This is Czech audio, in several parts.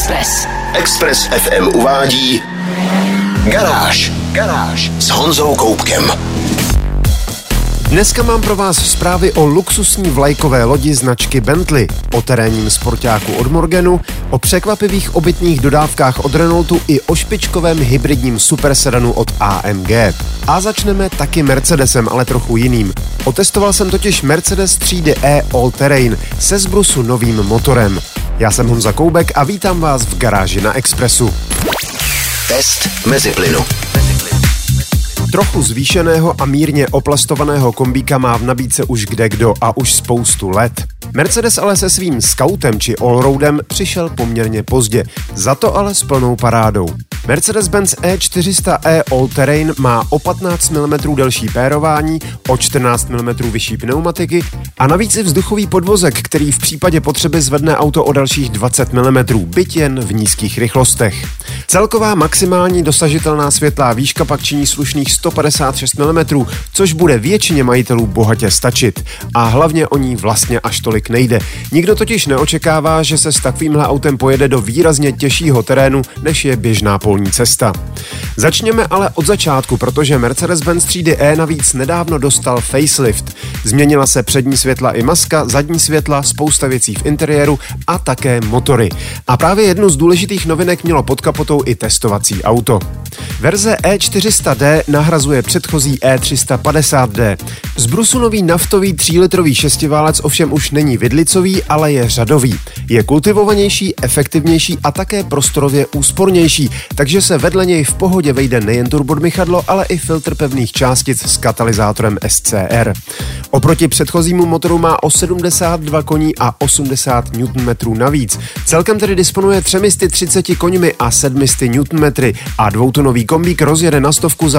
Express FM uvádí Garáž s Honzou Koubkem. Dneska mám pro vás zprávy o luxusní vlajkové lodi značky Bentley, o terénním sportáku od Morganu, o překvapivých obytných dodávkách od Renaultu i o špičkovém hybridním supersedanu od AMG. A začneme taky Mercedesem, ale trochu jiným. Otestoval jsem totiž Mercedes třídy E All Terrain se zbrusu novým motorem. Já jsem Honza Koubek a vítám vás v Garáži na Expressu. Test meziplynu. Trochu zvýšeného a mírně oplastovaného kombíka má v nabídce už kdekdo a už spoustu let. Mercedes ale se svým Scoutem či Allroadem přišel poměrně pozdě, za to ale s plnou parádou. Mercedes-Benz E400e All Terrain má o 15 mm delší pérování, o 14 mm vyšší pneumatiky a navíc i vzduchový podvozek, který v případě potřeby zvedne auto o dalších 20 mm, byť jen v nízkých rychlostech. Celková maximální dosažitelná světlá výška pak činí slušných 156 mm, což bude většině majitelů bohatě stačit. A hlavně o ní vlastně až tolik nejde. Nikdo totiž neočekává, že se s takovýmhle autem pojede do výrazně těžšího terénu, než je běžná polní cesta. Začněme ale od začátku, protože Mercedes-Benz třídy E navíc nedávno dostal facelift. Změnila se přední světla i maska, zadní světla, spousta věcí v interiéru a také motory. A právě jednu z důležitých novinek mělo pod kapotou i testovací auto. Verze E400D nahrazuje předchozí E350D. Zbrusu nový naftový 3-litrový šestiválec ovšem už není vidlicový, ale je řadový. Je kultivovanější, efektivnější a také prostorově úspornější, takže se vedle něj v pohodě vejde nejen turbodmychadlo, ale i filtr pevných částic s katalyzátorem SCR. Oproti předchozímu motoru má o 72 koní a 80 Nm navíc. Celkem tedy disponuje 330 koňmi a 700 Nm a dvoutunový kombík rozjede na 100 za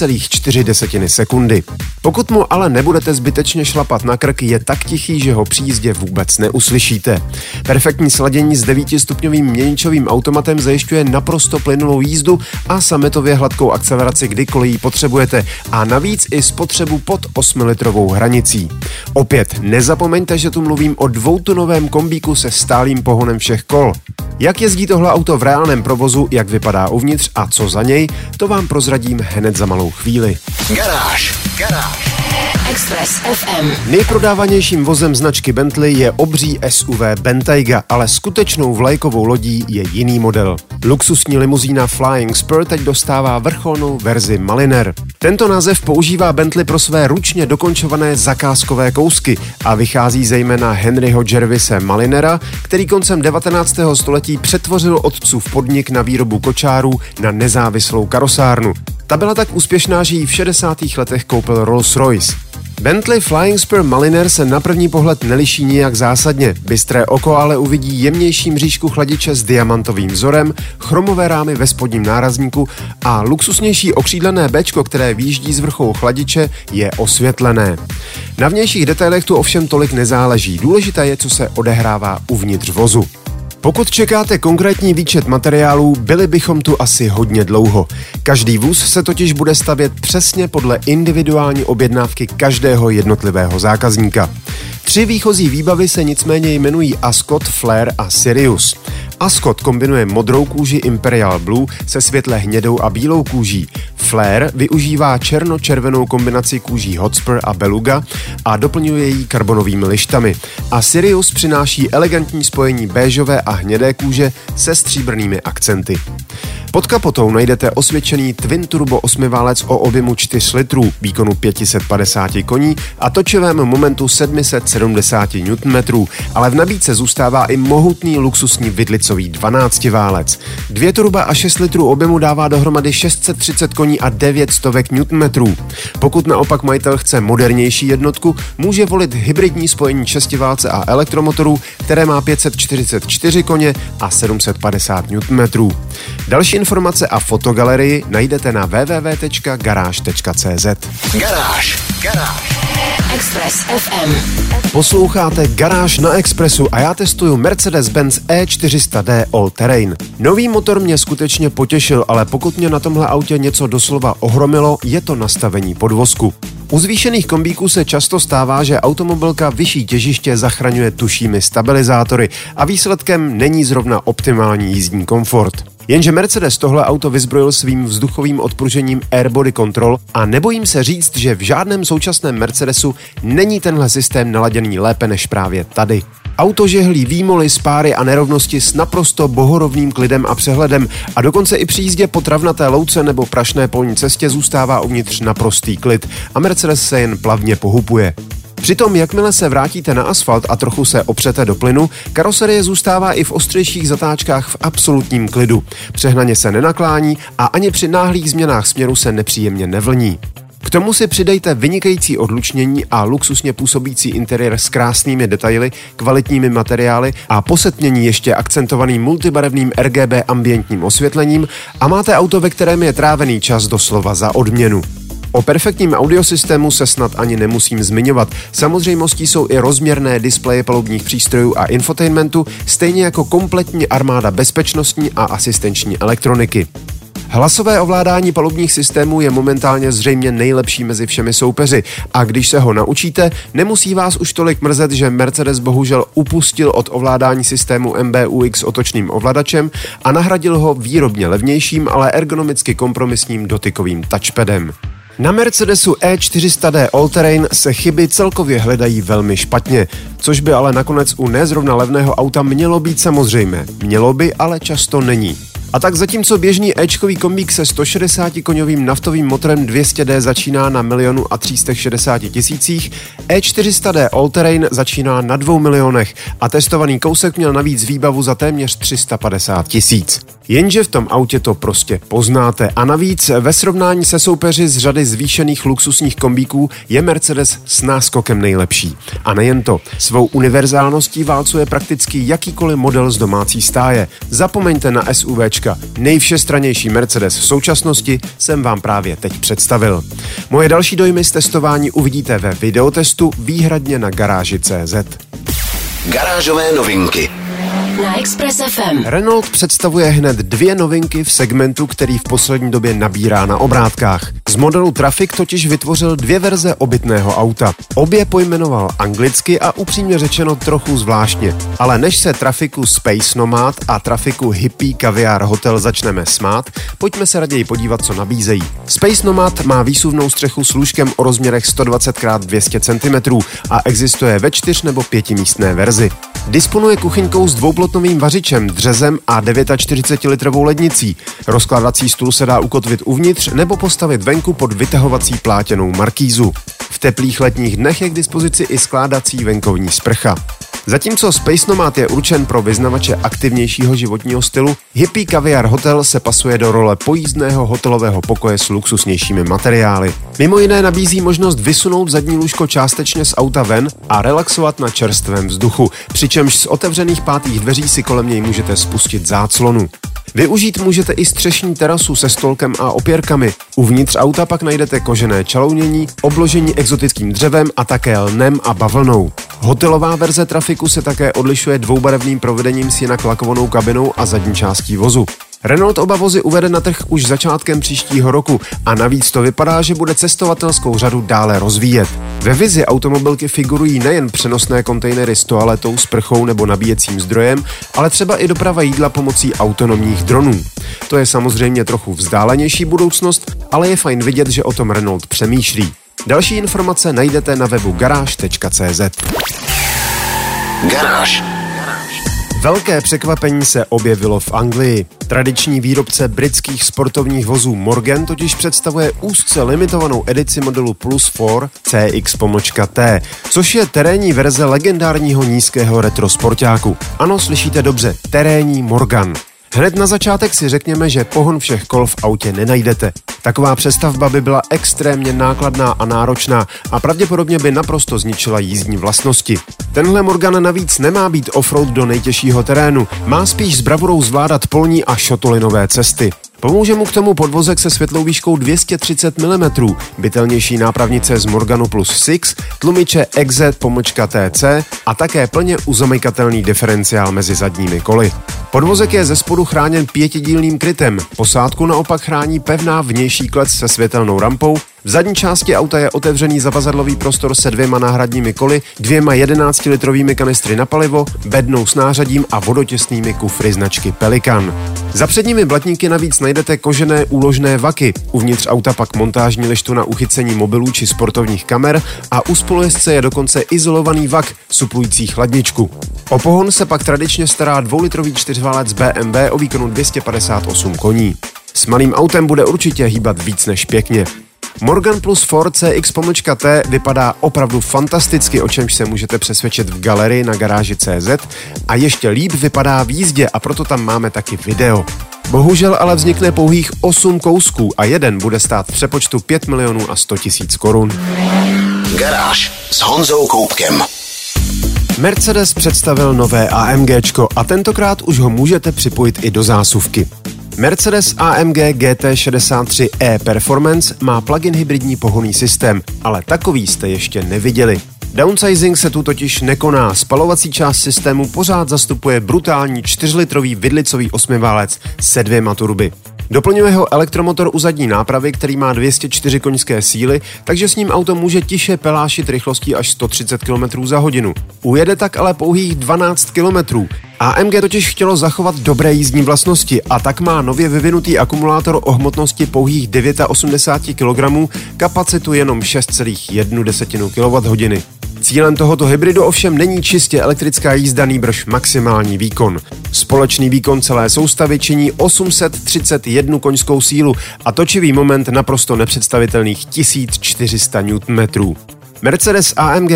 5,4 sekundy. Pokud mu ale nebudete zbytečně šlapat na krk, je tak tichý, že ho při jízdě vůbec neuslyšíte. Perfektní sladění s 9stupňovým měničovým automatem zajišťuje naprosto plynulou jízdu a sametově hladkou akceleraci, kdykoliv ji potřebujete, a navíc i spotřebu pod 8litrovou hranicí. Opět nezapomeňte, že tu mluvím o dvoutunovém kombíku se stálým pohonem všech kol. Jak jezdí tohle auto v reálném provozu, jak vypadá uvnitř a co za něj, to vám prozradím hned za malou chvíli. Garáž. Express FM. Nejprodávanějším vozem značky Bentley je obří SUV Bentayga, ale skutečnou vlajkovou lodí je jiný model. Luxusní limuzína Flying Spur teď dostává vrcholnou verzi Mariner. Tento název používá Bentley pro své ručně dokončované zakázkové kousky a vychází zejména Henryho Jervise Marinera, který koncem 19. století přetvořil otcův podnik na výrobu kočárů na nezávislou karosárnu. Ta byla tak úspěšná, že ji v 60. letech koupil Rolls-Royce. Bentley Flying Spur Mariner se na první pohled neliší nijak zásadně. Bystré oko ale uvidí jemnější mřížku chladiče s diamantovým vzorem, chromové rámy ve spodním nárazníku a luxusnější okřídlené béčko, které výjíždí z vrcholu chladiče, je osvětlené. Na vnějších detailech tu ovšem tolik nezáleží. Důležité je, co se odehrává uvnitř vozu. Pokud čekáte konkrétní výčet materiálů, byli bychom tu asi hodně dlouho. Každý vůz se totiž bude stavět přesně podle individuální objednávky každého jednotlivého zákazníka. 3 výchozí výbavy se nicméně jmenují Ascot, Flare a Sirius. Ascot kombinuje modrou kůži Imperial Blue se světle hnědou a bílou kůží. Flare využívá černo-červenou kombinaci kůží Hotspur a Beluga a doplňuje ji karbonovými lištami. A Sirius přináší elegantní spojení béžové a hnědé kůže se stříbrnými akcenty. Pod kapotou najdete osvědčený Twin Turbo 8válec o objemu 4 litrů, výkonu 550 koní a točivém momentu 770 Nm, ale v nabídce zůstává i mohutný luxusní vidlicový 12válec. 2 turba a 6 litrů objemu dává dohromady 630 koní a 900 Nm. Pokud naopak majitel chce modernější jednotku, může volit hybridní spojení šestiválce a elektromotorů, které má 544 koně a 750 Nm. Další informace a fotogalerii najdete na www.garage.cz. Garáž. Express FM. Posloucháte Garáž na Expressu a já testuju Mercedes-Benz E400D All Terrain. Nový motor mě skutečně potěšil, ale pokud mě na tomhle autě něco doslova ohromilo, je to nastavení podvozku. U zvýšených kombíků se často stává, že automobilka vyšší těžiště zachraňuje tušími stabilizátory a výsledkem není zrovna optimální jízdní komfort. Jenže Mercedes tohle auto vyzbrojil svým vzduchovým odpružením Airbody Control a nebojím se říct, že v žádném současném Mercedesu není tenhle systém naladěný lépe než právě tady. Auto žehlí výmoly, spáry a nerovnosti s naprosto bohorovným klidem a přehledem a dokonce i při jízdě po travnaté louce nebo prašné polní cestě zůstává uvnitř naprostý klid a Mercedes se jen plavně pohupuje. Přitom, jakmile se vrátíte na asfalt a trochu se opřete do plynu, karoserie zůstává i v ostřejších zatáčkách v absolutním klidu. Přehnaně se nenaklání a ani při náhlých změnách směru se nepříjemně nevlní. K tomu si přidejte vynikající odlučnění a luxusně působící interiér s krásnými detaily, kvalitními materiály a posetmění ještě akcentovaným multibarevným RGB ambientním osvětlením a máte auto, ve kterém je trávený čas doslova za odměnu. O perfektním audiosystému se snad ani nemusím zmiňovat. Samozřejmostí jsou i rozměrné displeje palubních přístrojů a infotainmentu, stejně jako kompletní armáda bezpečnostní a asistenční elektroniky. Hlasové ovládání palubních systémů je momentálně zřejmě nejlepší mezi všemi soupeři a když se ho naučíte, nemusí vás už tolik mrzet, že Mercedes bohužel upustil od ovládání systému MBUX otočným ovladačem a nahradil ho výrobně levnějším, ale ergonomicky kompromisním dotykovým touchpadem. Na Mercedesu E400D All-Terrain se chyby celkově hledají velmi špatně, což by ale nakonec u nezrovna levného auta mělo být samozřejmé. Mělo by, ale často není. A tak zatímco běžný Ečkový kombík se 160-koňovým naftovým motorem 200D začíná na 1 360 000, E400D All-Terrain začíná na 2 milionech a testovaný kousek měl navíc výbavu za téměř 350 000. Jenže v tom autě to prostě poznáte a navíc ve srovnání se soupeři z řady zvýšených luxusních kombíků je Mercedes s náskokem nejlepší. A nejen to, svou univerzálností válcuje prakticky jakýkoliv model z domácí stáje. Zapomeňte na SUVčka. Nejvšestrannější Mercedes v současnosti jsem vám právě teď představil. Moje další dojmy z testování uvidíte ve videotestu výhradně na garáži.cz. Garážové novinky Na Express FM. Renault představuje hned 2 novinky v segmentu, který v poslední době nabírá na obrátkách. Z modelu Trafic totiž vytvořil 2 verze obytného auta. Obě pojmenoval anglicky a upřímně řečeno trochu zvláštně. Ale než se Traficu Space Nomad a Traficu Hippie Caviar Hotel začneme smát, pojďme se raději podívat, co nabízejí. Space Nomad má výsuvnou střechu s lůžkem o rozměrech 120x200 cm a existuje ve 4 nebo 5místné verzi. Disponuje kuchyňkou s dvouplotnovým vařičem, dřezem a 49-litrovou lednicí. Rozkládací stůl se dá ukotvit uvnitř nebo postavit venku pod vytahovací plátěnou markízu. V teplých letních dnech je k dispozici i skládací venkovní sprcha. Zatímco Space Nomad je určen pro vyznavače aktivnějšího životního stylu, Hippie Caviar Hotel se pasuje do role pojízdného hotelového pokoje s luxusnějšími materiály. Mimo jiné nabízí možnost vysunout zadní lůžko částečně z auta ven a relaxovat na čerstvém vzduchu, přičemž z otevřených pátých dveří si kolem něj můžete spustit záclonu. Využít můžete i střešní terasu se stolkem a opěrkami. Uvnitř auta pak najdete kožené čalounění, obložení exotickým dřevem a také lnem a bavlnou. Hotelová verze Traficu se také odlišuje dvoubarevným provedením s jinak lakovanou kabinou a zadní částí vozu. Renault oba vozy uvede na trh už začátkem příštího roku a navíc to vypadá, že bude cestovatelskou řadu dále rozvíjet. Ve vizi automobilky figurují nejen přenosné kontejnery s toaletou, sprchou nebo nabíjecím zdrojem, ale třeba i doprava jídla pomocí autonomních dronů. To je samozřejmě trochu vzdálenější budoucnost, ale je fajn vidět, že o tom Renault přemýšlí. Další informace najdete na webu garáž.cz. Garáž. Velké překvapení se objevilo v Anglii. Tradiční výrobce britských sportovních vozů Morgan totiž představuje úzce limitovanou edici modelu Plus 4 CX-T, což je terénní verze legendárního nízkého retro sportáku. Ano, slyšíte dobře, terénní Morgan. Hned na začátek si řekněme, že pohon všech kol v autě nenajdete. Taková přestavba by byla extrémně nákladná a náročná a pravděpodobně by naprosto zničila jízdní vlastnosti. Tenhle Morgan navíc nemá být offroad do nejtěžšího terénu, má spíš s bravurou zvládat polní a šotolinové cesty. Pomůže mu k tomu podvozek se světlou výškou 230 mm, bytelnější nápravnice z Morganu Plus 6, tlumiče EXZ-TC a také plně uzamykatelný diferenciál mezi zadními koly. Podvozek je ze spodu chráněn 5dílným krytem, posádku naopak chrání pevná vnější vedlejší klec se světelnou rampou. V zadní části auta je otevřený zavazadlový prostor se 2 náhradními koly, 2 11-litrovými kanistry na palivo, bednou s nářadím a vodotěsnými kufry značky Pelikan. Za předními blatníky navíc najdete kožené úložné vaky, uvnitř auta pak montážní lištu na uchycení mobilů či sportovních kamer a u spolujezdce je dokonce izolovaný vak suplující chladničku. O pohon se pak tradičně stará 2-litrový 4válec BMW o výkonu 258 koní. S malým autem bude určitě hýbat víc než pěkně. Morgan Plus Ford CX-T vypadá opravdu fantasticky, o čemž se můžete přesvědčit v galerii na garáži.cz a ještě líp vypadá v jízdě a proto tam máme taky video. Bohužel ale vznikne pouhých 8 kousků a jeden bude stát v přepočtu 5 100 000 korun. Garáž s Honzou Koubkem. Mercedes představil nové AMGčko a tentokrát už ho můžete připojit i do zásuvky. Mercedes AMG GT63e Performance má plug-in hybridní pohonný systém, ale takový jste ještě neviděli. Downsizing se tu totiž nekoná, spalovací část systému pořád zastupuje brutální 4-litrový vidlicový 8válec se 2 turby. Doplňuje ho elektromotor u zadní nápravy, který má 204 koňské síly, takže s ním auto může tiše pelášit rychlostí až 130 km za hodinu. Ujede tak ale pouhých 12 km. AMG totiž chtělo zachovat dobré jízdní vlastnosti a tak má nově vyvinutý akumulátor o hmotnosti pouhých 89 kg, kapacitu jenom 6,1 kWh. Cílem tohoto hybridu ovšem není čistě elektrická jízda, nýbrž maximální výkon. Společný výkon celé soustavy činí 831 koňskou sílu a točivý moment naprosto nepředstavitelných 1400 Nm. Mercedes AMG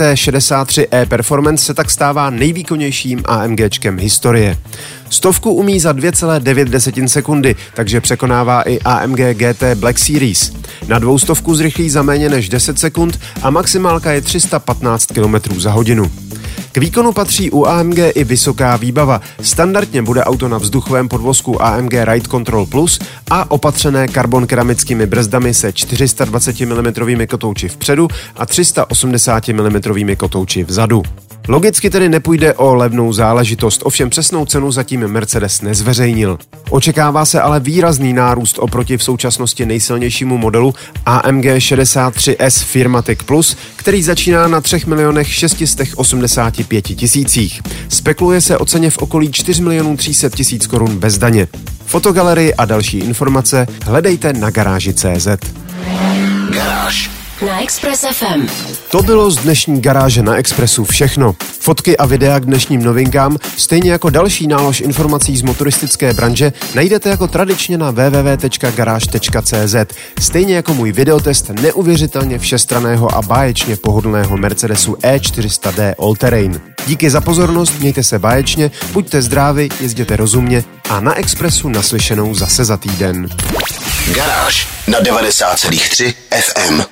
GT63e Performance se tak stává nejvýkonnějším AMGčkem historie. 100 umí za 2,9 sekundy, takže překonává i AMG GT Black Series. Na 200 zrychlí za méně než 10 sekund a maximálka je 315 km za hodinu. K výkonu patří u AMG i vysoká výbava. Standardně bude auto na vzduchovém podvozku AMG Ride Control Plus a opatřené karbon keramickými brzdami se 420 mm kotouči vpředu a 380 mm kotouči vzadu. Logicky tedy nepůjde o levnou záležitost, ovšem přesnou cenu zatím Mercedes nezveřejnil. Očekává se ale výrazný nárůst oproti v současnosti nejsilnějšímu modelu AMG 63S Firmatic Plus, který začíná na 3 685 000. Spekuluje se o ceně v okolí 4 300 000 korun bez daně. Fotogalerii a další informace hledejte na garáži.cz. Garáž na Express FM. To bylo z dnešní garáže na Expressu všechno. Fotky a videa k dnešním novinkám, stejně jako další nálož informací z motoristické branže, najdete jako tradičně na www.garage.cz. Stejně jako můj videotest neuvěřitelně všestranného a báječně pohodlného Mercedesu E400D All-Terrain. Díky za pozornost, mějte se báječně, buďte zdraví, jezděte rozumně a na Expressu naslyšenou zase za týden. Garáž na 90,3 FM.